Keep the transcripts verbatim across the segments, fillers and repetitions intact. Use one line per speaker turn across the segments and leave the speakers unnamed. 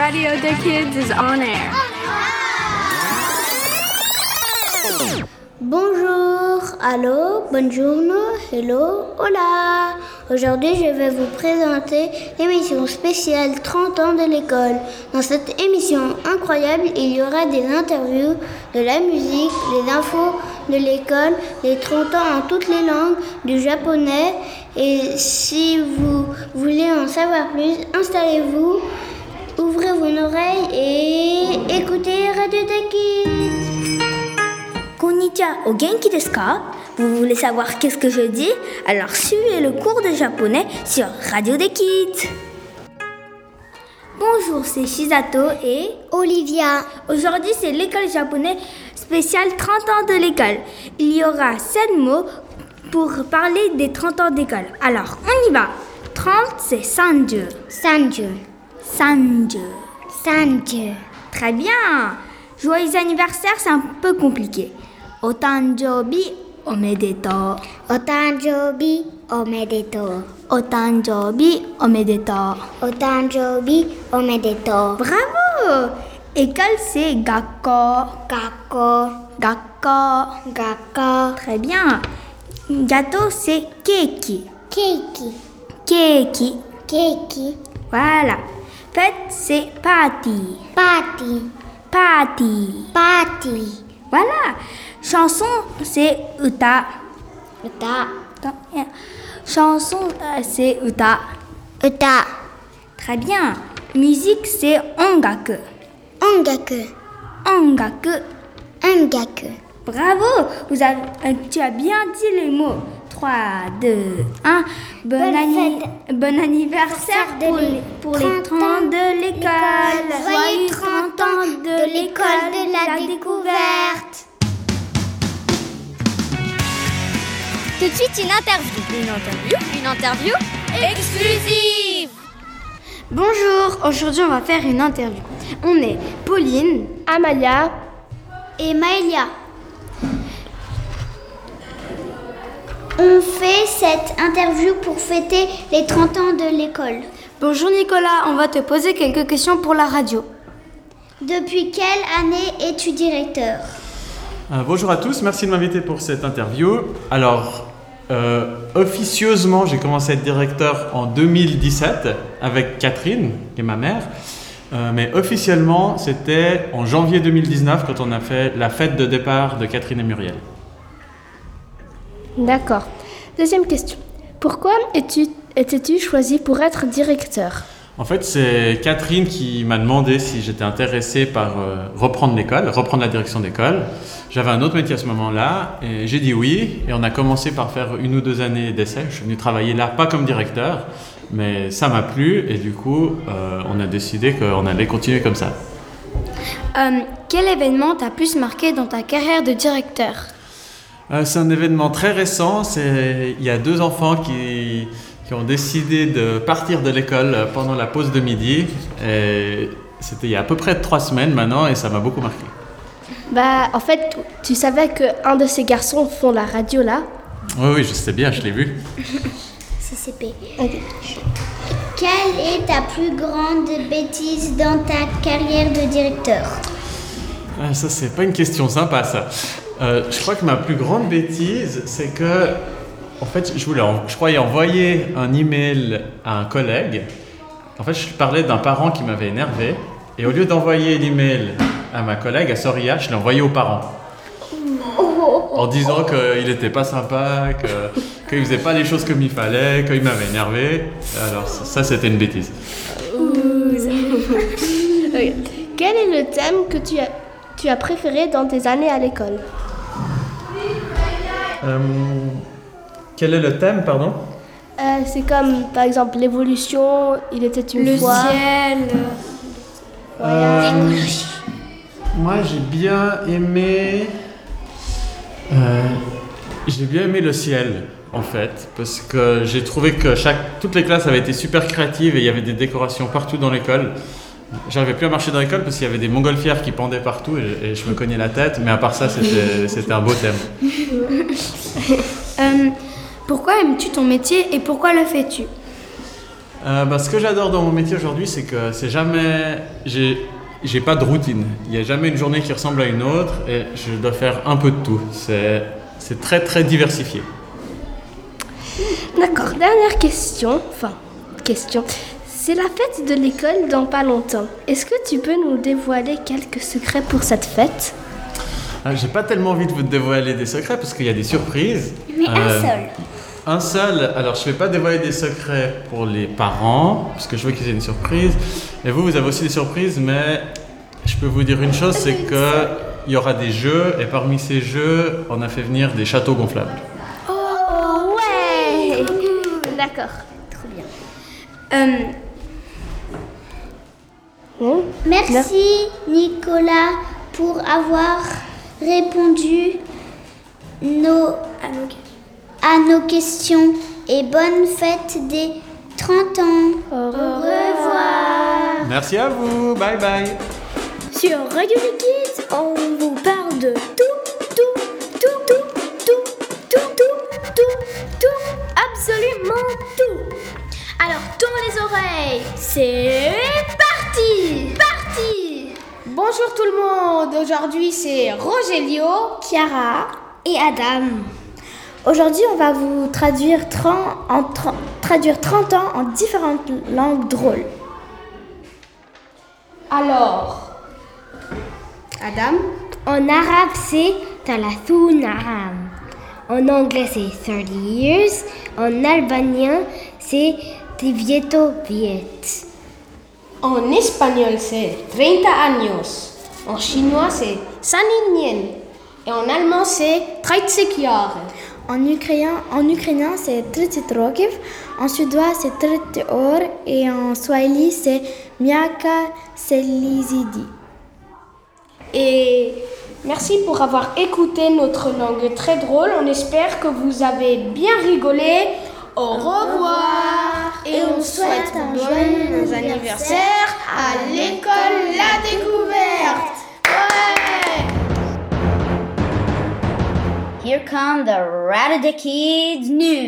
Radio des Kids is on air.
Bonjour, allô, buongiorno, hello, hola. Aujourd'hui, je vais vous présenter l'émission spéciale trente ans de l'école. Dans cette émission incroyable, il y aura des interviews, de la musique, les infos de l'école, les trente ans en toutes les langues, du japonais. Et si vous voulez en savoir plus, installez-vous, ouvrez vos oreilles et écoutez Radio des Kids.
Konnichiwa, o genki desu ka? Vous voulez savoir qu'est-ce que je dis? Alors suivez le cours de japonais sur Radio des Kids. Bonjour, c'est Shizato et
Olivia.
Aujourd'hui, c'est l'école japonaise spéciale trente ans de l'école. Il y aura sept mots pour parler des trente ans d'école. Alors, on y va. trente, c'est sanju.
Sanju.
Sanju.
Sanju.
Très bien. Joyeux anniversaire, c'est un peu compliqué. Otanjobi omedetou.
Otanjobi omedetou.
Otanjobi omedetou.
Otanjobi omedetou.
Bravo! École, c'est gakko.
Gakko.
Gakko.
Gakko.
Très bien. Gâteau, c'est keiki.
Keiki.
Keiki.
Keiki.
Voilà. Fête, c'est party.
Party.
Party.
Party.
Voilà. Chanson, c'est uta.
Uta.
Chanson, euh, c'est uta.
Uta.
Très bien. Musique, c'est ongaku.
Ongaku.
Ongaku.
Ongaku.
Bravo. Vous avez, euh, tu as bien dit les mots. trois, deux, un. Bon,
Bonne
anni-
fête.
bon anniversaire
de
pour,
l'é-
les, pour les
trente
trente
ans
de l'école.
Joyeux trente ans de l'école de la découverte.
Tout de suite, une interview. Une interview Une interview exclusive.
Bonjour, aujourd'hui on va faire une interview. On est Pauline, Amalia
Et Maëlia. On fait cette interview pour fêter les trente ans de l'école.
Bonjour Nicolas, on va te poser quelques questions pour la radio.
Depuis quelle année es-tu directeur?
Euh, bonjour à tous, merci de m'inviter pour cette interview. Alors, euh, officieusement, j'ai commencé à être directeur en deux mille dix-sept avec Catherine, qui est ma mère. Euh, mais officiellement, c'était en janvier deux mille dix-neuf quand on a fait la fête de départ de Catherine et Muriel.
D'accord. Deuxième question. Pourquoi es-tu, étais-tu choisi pour être directeur?
En fait, c'est Catherine qui m'a demandé si j'étais intéressé par euh, reprendre l'école, reprendre la direction d'école. J'avais un autre métier à ce moment-là et j'ai dit oui. Et on a commencé par faire une ou deux années d'essai. Je suis venu travailler là, pas comme directeur, mais ça m'a plu et du coup, euh, on a décidé qu'on allait continuer comme ça.
Euh, quel événement t'a plus marqué dans ta carrière de directeur?
Euh, c'est un événement très récent. C'est... Il y a deux enfants qui... qui ont décidé de partir de l'école pendant la pause de midi. Et c'était il y a à peu près trois semaines maintenant et ça m'a beaucoup marqué.
Bah, en fait, tu savais qu'un de ces garçons font la radio là?
Oui, oui, je sais bien, je l'ai vu.
C C P.
Ok.
Quelle est ta plus grande bêtise dans ta carrière de directeur?
Ah, ça, c'est pas une question sympa, ça. Euh, je crois que ma plus grande bêtise, c'est que, en fait, je voulais, en- je croyais envoyer un email à un collègue. En fait, je parlais d'un parent qui m'avait énervé. Et au lieu d'envoyer l'email à ma collègue, à Soria, je l'ai envoyé aux parents. En disant qu'il n'était pas sympa, que, qu'il faisait pas les choses comme il fallait, qu'il m'avait énervé. Alors ça, ça, c'était une bêtise.
Ok. Quel est le thème que tu as, tu as préféré dans tes années à l'école?
Euh, quel est le thème, pardon?
Euh, c'est comme, par exemple, l'évolution, il était une
Le
fois.
ciel.
Euh, moi, j'ai bien aimé. Euh, j'ai bien aimé le ciel, en fait, parce que j'ai trouvé que chaque, toutes les classes avaient été super créatives et il y avait des décorations partout dans l'école. J'arrivais plus à marcher dans l'école parce qu'il y avait des montgolfières qui pendaient partout et, et je me cognais la tête, mais à part ça, c'était, c'était un beau thème.
Euh, pourquoi aimes-tu ton métier et pourquoi le fais-tu?
Euh, bah, ce que j'adore dans mon métier aujourd'hui, c'est que c'est jamais... J'ai, j'ai pas de routine. Il n'y a jamais une journée qui ressemble à une autre et je dois faire un peu de tout. C'est, c'est très très diversifié.
D'accord, dernière question. Enfin, question. C'est la fête de l'école dans pas longtemps. Est-ce que tu peux nous dévoiler quelques secrets pour cette fête ?
Ah, j'ai pas tellement envie de vous dévoiler des secrets parce qu'il y a des surprises.
Mais un
Euh,
seul.
Un seul. Alors, je vais pas dévoiler des secrets pour les parents parce que je veux qu'ils aient une surprise. Et vous, vous avez aussi des surprises, mais je peux vous dire une chose, c'est que il y aura des jeux et parmi ces jeux, on a fait venir des châteaux gonflables.
Oh ouais. D'accord.
Trop bien. Euh,
Bon.
Merci Nicolas pour avoir répondu nos, à nos questions et bonne fête des trente ans.
Au revoir.
revoir.
Merci à vous. Bye bye.
sur Radio des Kids, on vous parle de tout, tout, tout, tout, tout, tout, tout, tout, tout, absolument tout. Alors tourne les oreilles, c'est parti, parti.
Bonjour tout le monde. Aujourd'hui c'est Rogelio,
Chiara et Adam. Aujourd'hui, on va vous traduire trente, en trente, traduire trente ans en différentes langues drôles.
Alors, Adam,
En arabe, c'est Talathun Am. En anglais, c'est thirty years. En albanien, c'est Tivieto Viet.
en espagnol c'est treinta años. En chinois c'est Saninien. Et en allemand c'est trидцать Jahre.
En ukrainien, en ukrainien c'est тридцать років. En suédois, c'est тридцать år. Et en swahili, c'est Miaka Selizidi.
Et merci pour avoir écouté notre langue très drôle. On espère que vous avez bien rigolé. Au revoir. Et on souhaite un joyeux anniversaire à l'école La Découverte. Ouais.
Here come the Radio des Kids News.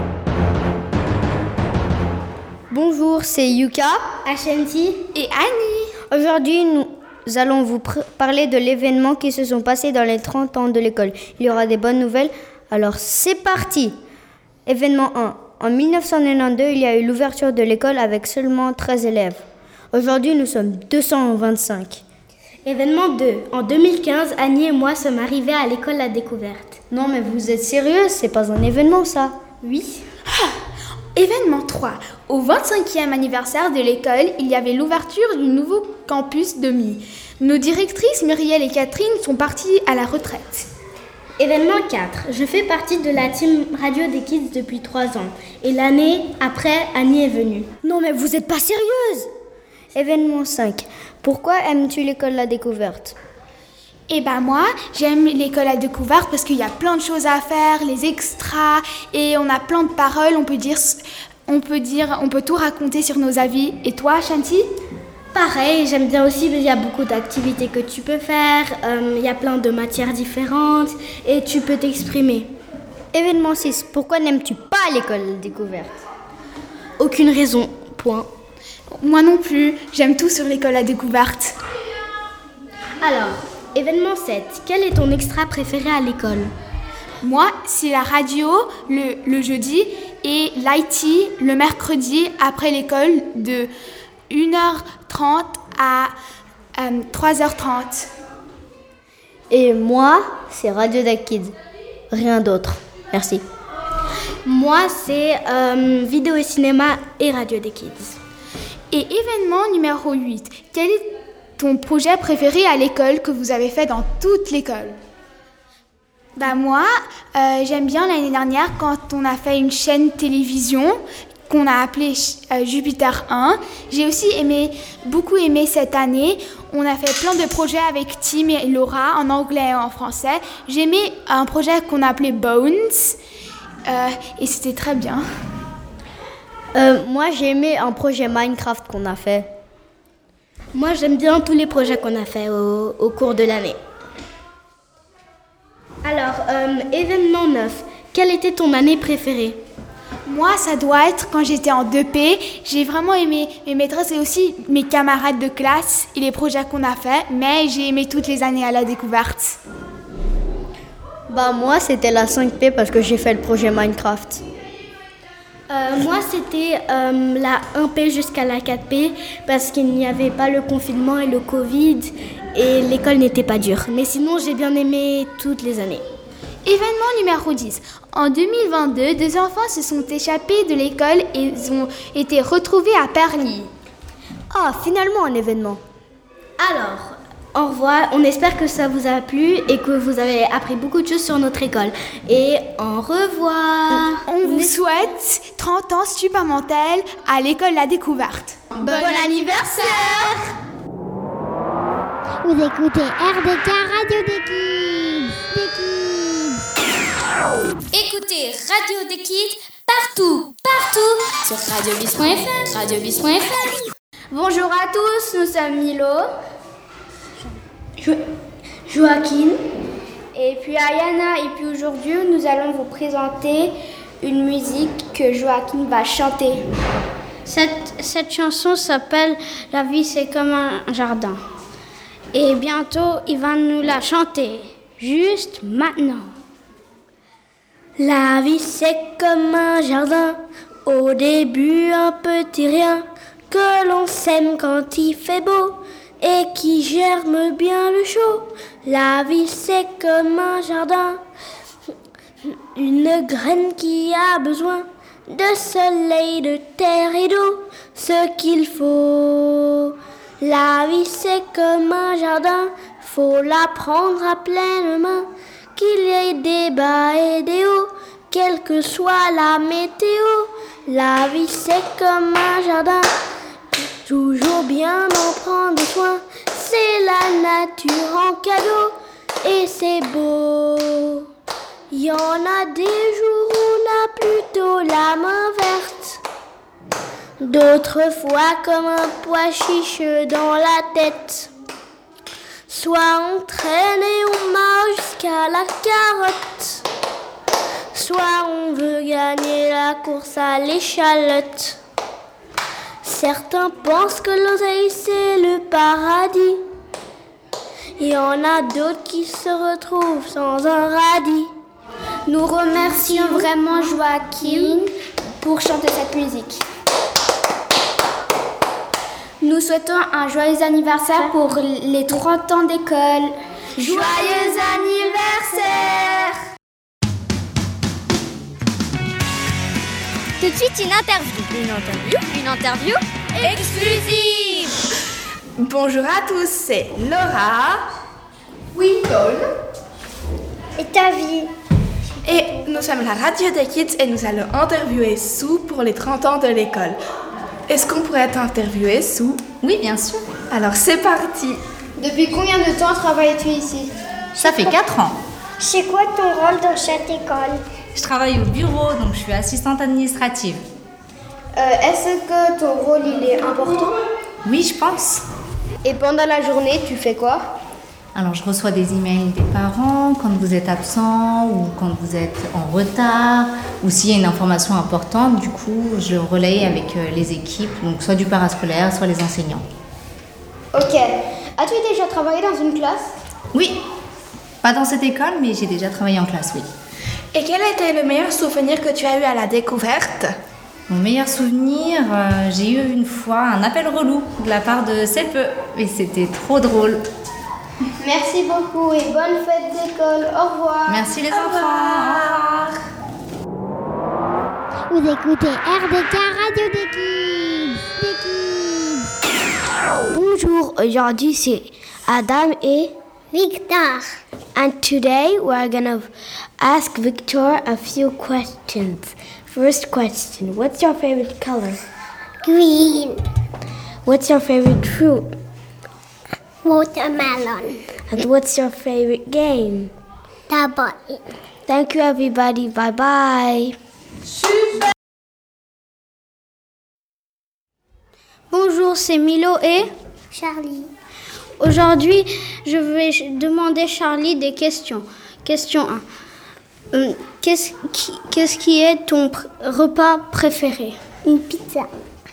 Bonjour, c'est Yuka.
Ashanti.
Et Annie.
Aujourd'hui, nous allons vous pr- parler de l'événement qui se sont passés dans les trente ans de l'école. Il y aura des bonnes nouvelles, alors c'est parti. Événement un. En dix-neuf cent quatre-vingt-douze, il y a eu l'ouverture de l'école avec seulement treize élèves. Aujourd'hui, nous sommes deux cent vingt-cinq.
Événement deux. En deux mille quinze, Annie et moi sommes arrivés à l'école La Découverte.
Non mais vous êtes sérieux, c'est pas un événement ça.
Oui.
Événement trois. Au vingt-cinquième anniversaire de l'école, il y avait l'ouverture du nouveau campus de Mi. Nos directrices Muriel et Catherine sont parties à la retraite.
Événement quatre. Je fais partie de la team Radio des Kids depuis trois ans. Et l'année après, Annie est venue.
Non mais vous êtes pas sérieuse. Événement cinq. Pourquoi aimes-tu l'école La Découverte?
Et ben moi, j'aime l'école à découverte parce qu'il y a plein de choses à faire, les extras, et on a plein de paroles, on peut dire, on peut dire, on peut tout raconter sur nos avis. Et toi, Shanti?
Pareil, j'aime bien aussi, mais il y a beaucoup d'activités que tu peux faire, euh, il y a plein de matières différentes et tu peux t'exprimer.
Événement six. Pourquoi n'aimes-tu pas l'école La Découverte?
Aucune raison, point.
Moi non plus, j'aime tout sur l'école à découverte.
Alors, événement sept. Quel est ton extra préféré à l'école?
Moi, c'est la radio le, le jeudi et l'I T le mercredi après l'école de une heure trente à euh, trois heures trente.
Et moi, c'est Radio des Kids. Rien d'autre. Merci.
Moi, c'est euh, vidéo et cinéma et Radio des Kids.
Et événement numéro huit. Quel est ton projet préféré à l'école que vous avez fait dans toute l'école? Bah moi, euh, j'aime bien l'année dernière quand on a fait une chaîne télévision qu'on a appelée euh, Jupiter un. J'ai aussi aimé, beaucoup aimé cette année. On a fait plein de projets avec Tim et Laura en anglais et en français. J'ai aimé un projet qu'on a appelé Bones euh, et c'était très bien.
Euh, moi, j'ai aimé un projet Minecraft qu'on a fait.
Moi, j'aime bien tous les projets qu'on a fait au, au cours de l'année. Alors, euh, événement neuf. Quelle était ton année préférée?
Moi, ça doit être quand j'étais en deux P. J'ai vraiment aimé mes maîtresses et aussi mes camarades de classe et les projets qu'on a faits, mais j'ai aimé toutes les années à la découverte.
Bah moi, c'était la cinq P parce que j'ai fait le projet Minecraft.
Euh, moi, c'était euh, la un P jusqu'à la quatre P parce qu'il n'y avait pas le confinement et le Covid et l'école n'était pas dure. Mais sinon, j'ai bien aimé toutes les années.
Événement numéro dix. En deux mille vingt-deux, deux enfants se sont échappés de l'école et ont été retrouvés à Perly.
Ah, finalement un événement.
Alors, au revoir. On espère que ça vous a plu et que vous avez appris beaucoup de choses sur notre école. Et au revoir.
On vous souhaite trente ans supplémentaires à l'école La Découverte.
Bon anniversaire!
Vous écoutez R D K Radio des Kids. Des Kids.
Écoutez Radio des Kids partout, partout sur radiobis point f r, radiobis point f r.
Bonjour à tous, nous sommes Milo, jo- Joaquin et puis Ayana. Et puis aujourd'hui, nous allons vous présenter une musique que Joaquin va chanter. Cette, cette chanson s'appelle « La vie c'est comme un jardin ». Et bientôt, il va nous la chanter, juste maintenant. La vie c'est comme un jardin, au début un petit rien, que l'on sème quand il fait beau et qui germe bien le chaud. La vie c'est comme un jardin, une graine qui a besoin de soleil, de terre et d'eau, ce qu'il faut. La vie c'est comme un jardin, faut la prendre à pleine main, qu'il y ait des bas et des hauts, quelle que soit la météo. La vie c'est comme un jardin, toujours bien en prendre soin, c'est la nature en cadeau et c'est beau. Il y en a des jours où on a plutôt la main verte, d'autres fois comme un pois chiche dans la tête. Soit on traîne et on marche jusqu'à la carotte, soit on veut gagner la course à l'échalote. Certains pensent que l'oseille c'est le paradis, il y en a d'autres qui se retrouvent sans un radis. Nous remercions vraiment Joaquin pour chanter cette musique. Nous souhaitons un joyeux anniversaire pour les trente ans d'école. Joyeux anniversaire!
Tout de suite, une interview. Une interview Une interview exclusive.
Bonjour à tous, c'est Laura.
Et ta vie?
Et nous sommes la radio des Kids et nous allons interviewer Sue pour les trente ans de l'école. Est-ce qu'on pourrait t'interviewer, Sue?
Oui, bien sûr.
Alors c'est parti.
Depuis combien de temps travailles-tu ici?
Ça fait quatre ans.
C'est quoi ton rôle dans cette école?
Je travaille au bureau, donc je suis assistante administrative.
Euh, est-ce que ton rôle il est important?
Oui, je pense.
Et pendant la journée, tu fais quoi?
Alors, je reçois des emails des parents quand vous êtes absent ou quand vous êtes en retard ou s'il y a une information importante. Du coup, je relaye avec les équipes, donc soit du parascolaire, soit les enseignants.
Ok. As-tu déjà travaillé dans une classe?
Oui, pas dans cette école, mais j'ai déjà travaillé en classe, oui.
Et quel a été le meilleur souvenir que tu as eu à la découverte?
Mon meilleur souvenir, euh, j'ai eu une fois un appel relou de la part de Sepe et c'était trop drôle.
Merci beaucoup et bonne fête d'école. Au revoir.
Merci les enfants. Au revoir.
Vous écoutez R D K Radio des Kids. Des Kids.
Bonjour, aujourd'hui c'est Adam et
Victor.
and today we're gonna ask Victor a few questions. First question, what's your favorite color?
Green.
What's your favorite fruit?
Watermelon.
And what's your favorite game?
Double.
Thank you everybody, bye bye. Super. Bonjour, c'est Milo et
Charlie.
aujourd'hui je vais demander Charlie des questions. Question un.
Euh, qu'est-ce, qui, qu'est-ce qui est ton pr- repas préféré?
Une pizza.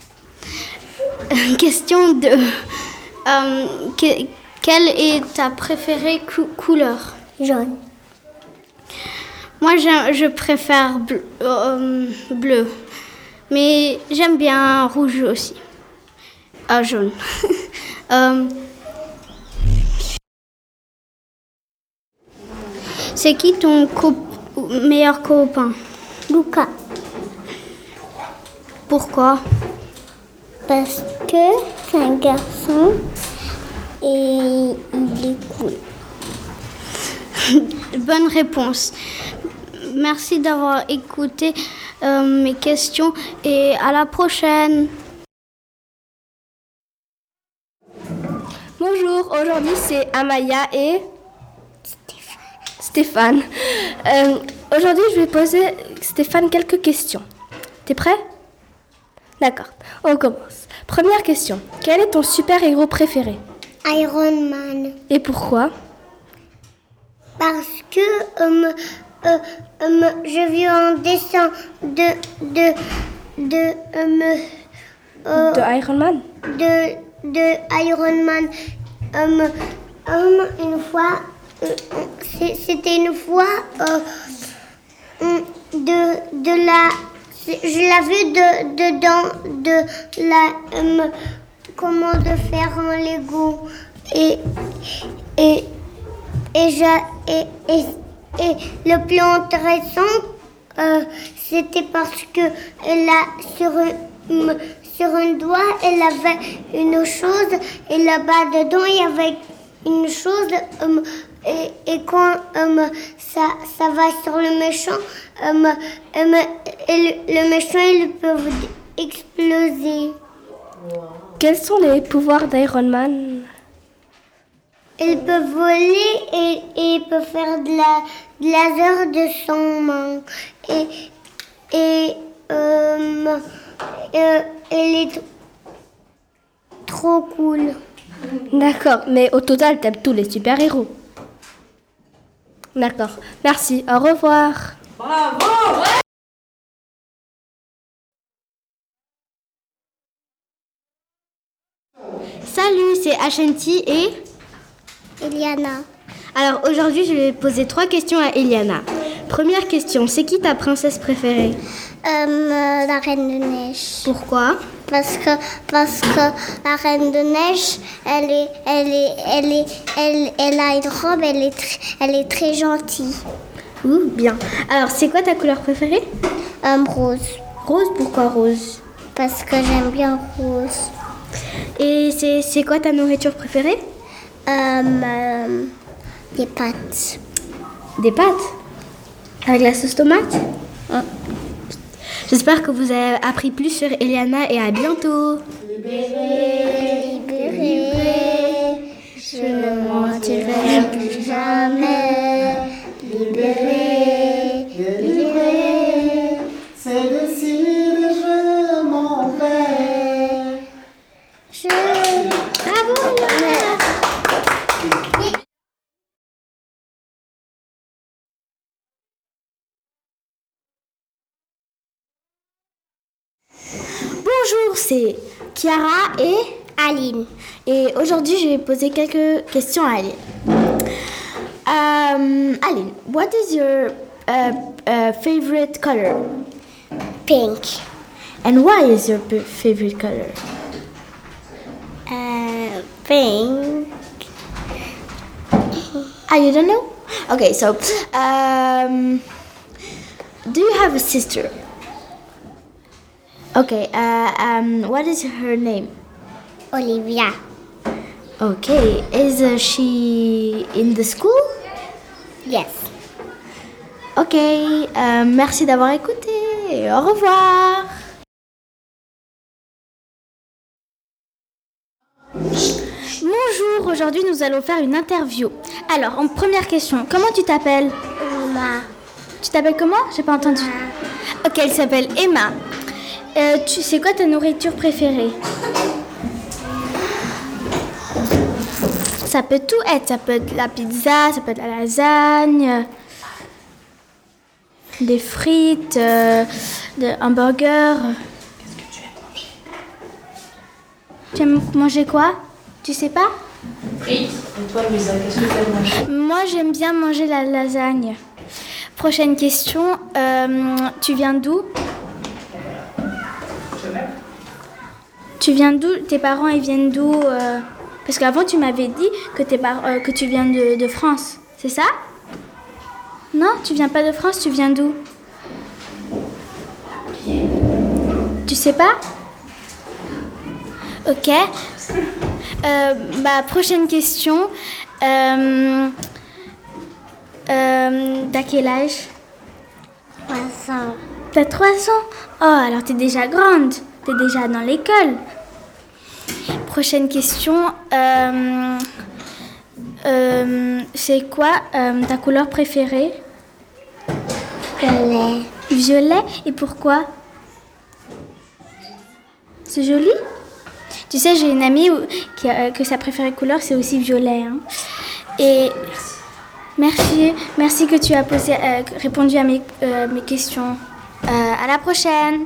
Question deux. Euh, que, quelle est ta préférée cou- couleur?
Jaune.
Moi, je, je préfère bleu, euh, bleu. Mais j'aime bien rouge aussi. Ah, jaune. euh, c'est qui ton co- meilleur copain?
Luca.
Pourquoi?
Parce que c'est un garçon et il est cool.
Bonne réponse. Merci d'avoir écouté euh, mes questions et à la prochaine.
Bonjour, aujourd'hui c'est Amaya et Stéphane. Euh, aujourd'hui je vais poser Stéphane quelques questions. T'es prêt? D'accord, on commence. Première question. Quel est ton super-héros préféré?
Iron Man.
Et pourquoi?
Parce que euh, euh, euh, je vis un dessin de de de euh, euh,
De Iron Man?
de de Iron Man. Euh, euh, une fois, euh, c'est- c'était une fois euh, euh, de de la. c'est- Je l'ai vu de dedans de la euh, comment de faire un Lego et et et je et, et, et le plus intéressant euh, c'était parce que elle a sur un, sur un doigt elle avait une chose et là-bas dedans il y avait une chose euh, et, et quand euh, ça, ça va sur le méchant euh, euh, et le, le méchant il peut exploser.
Quels sont les pouvoirs d'Iron Man?
Il peut voler et, et il peut faire de la de laser de son main. Et, et euh, euh, elle est t- trop cool.
D'accord, mais au total, t'aimes tous les super-héros. D'accord, merci, au revoir.
Salut, c'est Ashanti et...
Eliana.
Alors aujourd'hui, je vais poser trois questions à Eliana. Première question, c'est qui ta princesse préférée?
Euh, la Reine de Neige.
Pourquoi?
Parce que, parce que la Reine de Neige, elle, est, elle, est, elle, est, elle, elle a une robe, elle est, tr- elle est très gentille.
Ouh, bien. Alors, c'est quoi ta couleur préférée?
Euh, rose.
Rose, pourquoi rose?
Parce que j'aime bien rose.
Et c'est, c'est quoi ta nourriture préférée?
Euh, euh, des pâtes.
Des pâtes? Avec la sauce tomate?
Mm.
J'espère que vous avez appris plus sur Eliana et à bientôt.
Libérée, libérée, je ne mentirai plus jamais. Libérée, libérée, c'est décidé, je m'en vais. Je... Bravo, Eliana.
Bonjour, c'est Chiara et
Aline.
Et aujourd'hui, je vais poser quelques questions à Aline. Um, Aline, what is your uh, uh, favorite color?
Pink.
And why is your p- favorite color?
Uh, pink.
Ah, you don't know? Okay, so um, do you have a sister? Okay, uh, um, what is her name?
Olivia.
Okay, is uh, she in the school?
Yes.
Ok, euh, merci d'avoir écouté. Au revoir. Bonjour, aujourd'hui nous allons faire une interview. Alors, en première question, comment tu t'appelles?
Emma.
Tu t'appelles comment? J'ai pas entendu. Ok, elle s'appelle Emma. Euh, tu sais quoi ta nourriture préférée? Ça peut tout être. Ça peut être la pizza, ça peut être la lasagne.
des frites, euh, de, un burger.
Qu'est-ce que tu aimes manger?
Tu aimes manger quoi? Tu sais pas?
Oui. Et toi, Louisa, qu'est-ce que tu aimes manger?
Moi, j'aime bien manger la lasagne. Prochaine question. Euh, tu viens d'où? Tu viens d'où? Tes parents, ils viennent d'où? euh... Parce qu'avant, tu m'avais dit que, tes par... euh, que tu viens de, de France. C'est ça? Non, tu viens pas de France, tu viens d'où? Tu sais pas? Ok. Euh, bah, prochaine question. Euh, euh, t'as quel âge?
trois ans.
T'as trois ans? Oh, alors t'es déjà grande. T'es déjà dans l'école. Prochaine question. Euh, euh, c'est quoi euh, ta couleur préférée?
Violet.
Violet? Et pourquoi? C'est joli? Tu sais, j'ai une amie où- qui a- que sa préférée couleur, c'est aussi violet. Hein. Et merci, merci que tu as posé, euh, répondu à mes, euh, mes questions. Euh, à la prochaine.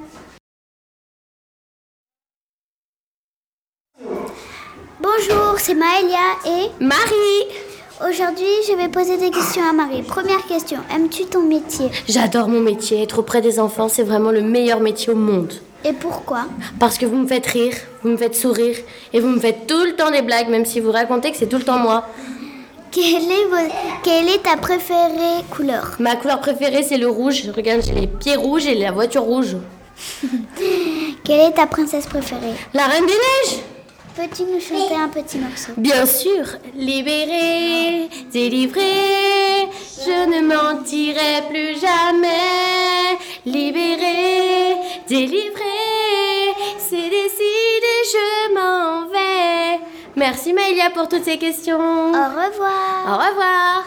Bonjour, c'est Maëlia et
Marie!
aujourd'hui je vais poser des questions à Marie. Première question, aimes-tu ton métier?
J'adore mon métier. Être auprès des enfants, c'est vraiment le meilleur métier au monde.
Et pourquoi?
Parce que vous me faites rire, vous me faites sourire et vous me faites tout le temps des blagues, même si vous racontez que c'est tout le temps moi.
Quelle est, vo- quelle est ta préférée couleur?
Ma couleur préférée, c'est le rouge. Regarde, j'ai les pieds rouges et la voiture rouge.
Quelle est ta princesse préférée?
La Reine des Neiges!
Peux-tu nous chanter un petit morceau?
Bien sûr, libérée, délivrée, je ne mentirai plus jamais. Libérée, délivrée, c'est décidé, je m'en vais. Merci Maëlia pour toutes ces questions.
Au revoir.
Au revoir.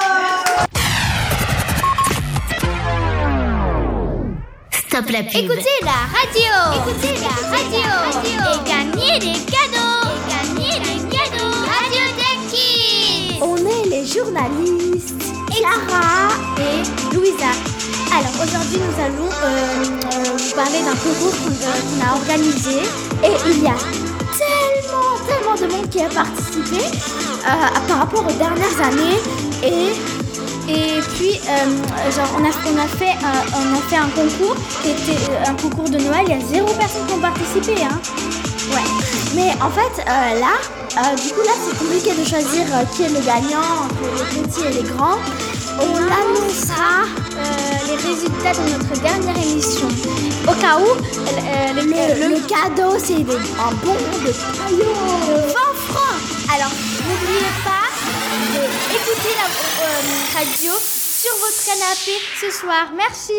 Stop la pub.
Écoutez la radio. Écoutez la radio. Et gagnez des cadeaux. Et gagnez des cadeaux. Radio des Kids.
On est les journalistes Clara et Louisa. Alors aujourd'hui nous allons euh, euh, vous parler d'un concours qu'on euh, qu'on a organisé et il y a tellement, tellement de monde qui a participé euh, par rapport aux dernières années et Et puis, euh, genre, on a, on, a fait, euh, on a fait un concours qui était euh, un concours de Noël. Il y a zéro personne qui ont participé, hein. Ouais. Mais en fait, euh, là, euh, du coup, là, c'est compliqué de choisir euh, qui est le gagnant entre les petits et les grands. On annoncera euh, les résultats de notre dernière émission. Au cas où, euh, le, le, le cadeau, c'est des- un bon de paillot de vingt francs. Alors, n'oubliez pas d'écouter la euh, radio sur votre canapé ce soir. Merci.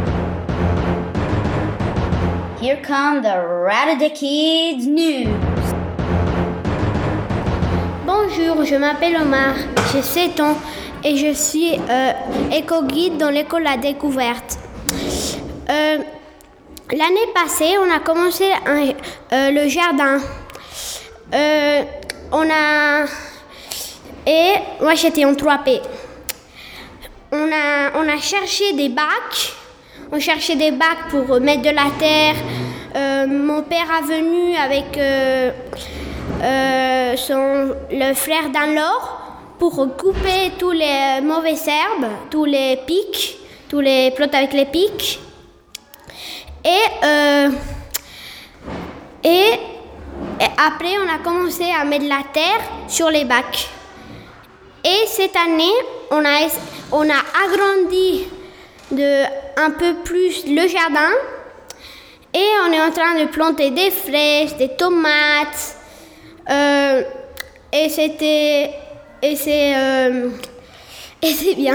Here come the Radio Kids News.
Bonjour, je m'appelle Omar, j'ai sept ans et je suis euh, éco-guide dans l'école La Découverte. Euh, L'année passée, on a commencé un- euh, le jardin. Euh, on a... Et moi, j'étais en trois P. On a, on a cherché des bacs. On cherchait des bacs pour mettre de la terre. Euh, mon père est venu avec euh, euh, son, le frère d'Anne-Laure pour couper tous les mauvaises herbes, tous les pics, tous les plots avec les pics. Et, euh, et, et après, on a commencé à mettre de la terre sur les bacs. Et cette année, on a, es- on a agrandi de un peu plus le jardin et on est en train de planter des fraises, des tomates. Euh, et c'était et c'est euh, et c'est bien.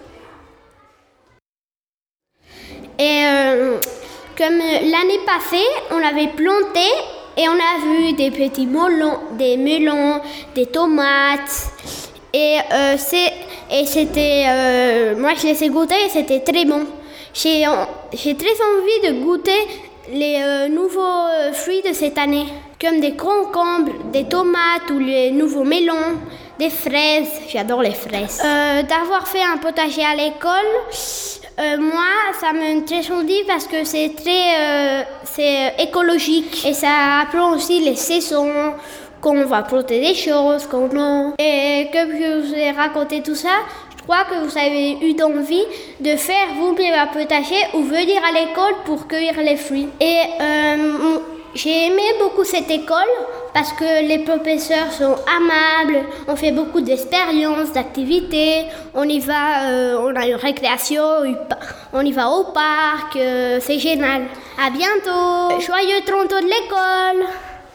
Et euh, comme l'année passée, on avait planté et on a vu des petits melons, des melons, des tomates. Et, euh, c'est, et c'était... euh, moi, je les ai goûtés et c'était très bon. J'ai, j'ai très envie de goûter les euh, nouveaux euh, fruits de cette année, comme des concombres, des tomates ou les nouveaux melons, des fraises. J'adore les fraises. Euh, d'avoir fait un potager à l'école, euh, moi,
ça m'intéresse dit parce que c'est très euh, c'est écologique et ça apprend aussi les saisons, qu'on va planter des choses, qu'on non. Et comme je vous ai raconté tout ça, je crois que vous avez eu envie de faire vous-même un potager ou venir à l'école pour cueillir les fruits. Et euh, j'ai aimé beaucoup cette école parce que les professeurs sont amables, on fait beaucoup d'expériences, d'activités, on y va, euh, on a une récréation, on y va au parc, euh, c'est génial. À bientôt, joyeux trente ans de l'école.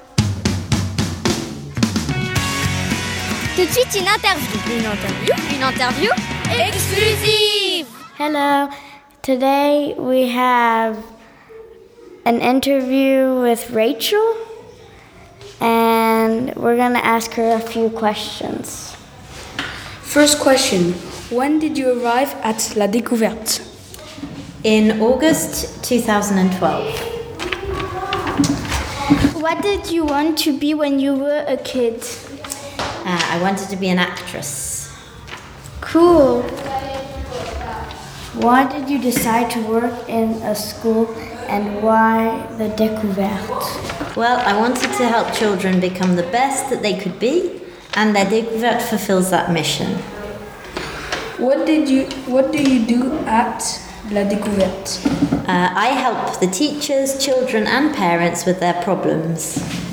Tout de suite, une interview. Une interview Une interview exclusive.
Hello, today we have an interview with Rachel, and we're going to ask her a few questions.
First question, when did you arrive at La Découverte?
In August two thousand twelve.
What did you want to be when you were a kid?
Uh, I wanted to be an actress.
Cool. Why did you decide to work in a school and why the Découverte?
Well, I wanted to help children become the best that they could be, and La Découverte fulfills that mission.
What did you what do you do at La Découverte?
Uh, I help the teachers, children and parents with their problems.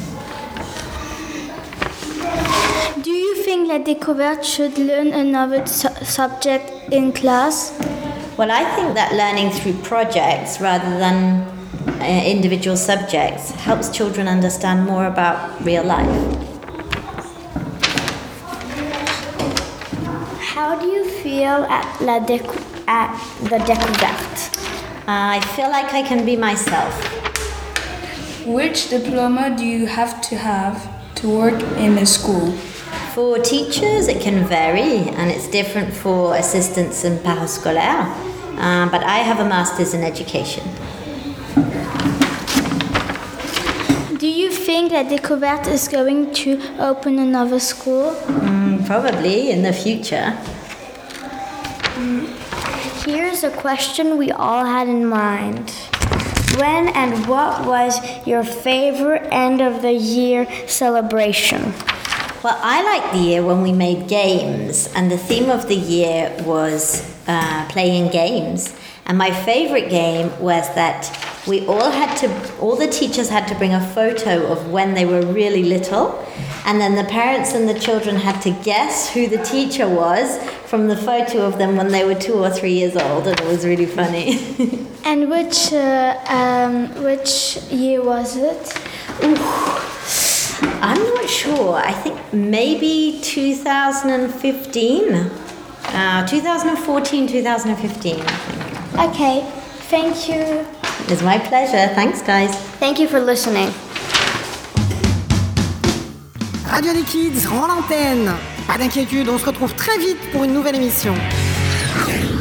Do you think La Découverte should learn another su- subject in class?
Well, I think that learning through projects rather than uh, individual subjects helps children understand more about real life.
How do you feel at, La Décou- at the Découverte?
Uh, I feel like I can be myself.
Which diploma do you have to have to work in a school?
For teachers, it can vary, and it's different for assistants and parascolaires. Uh, but I have a master's in education.
Do you think that Découverte is going to open another school?
Mm, probably in the future.
Mm. Here's a question we all had in mind. When and what was your favorite end of the year celebration?
Well, I liked the year when we made games, and the theme of the year was uh, playing games. And my favorite game was that we all had to, all the teachers had to bring a photo of when they were really little, and then the parents and the children had to guess who the teacher was from the photo of them when they were two or three years old, and it was really funny.
And which uh, um, which year was it?
Ooh. I'm not sure. I think maybe two thousand fifteen. Uh, twenty fourteen, twenty fifteen, I think.
Okay, thank you.
It's my pleasure. Thanks, guys.
Thank you for listening.
Radio des Kids rend l'antenne. Pas d'inquiétude, on se retrouve très vite pour une nouvelle émission.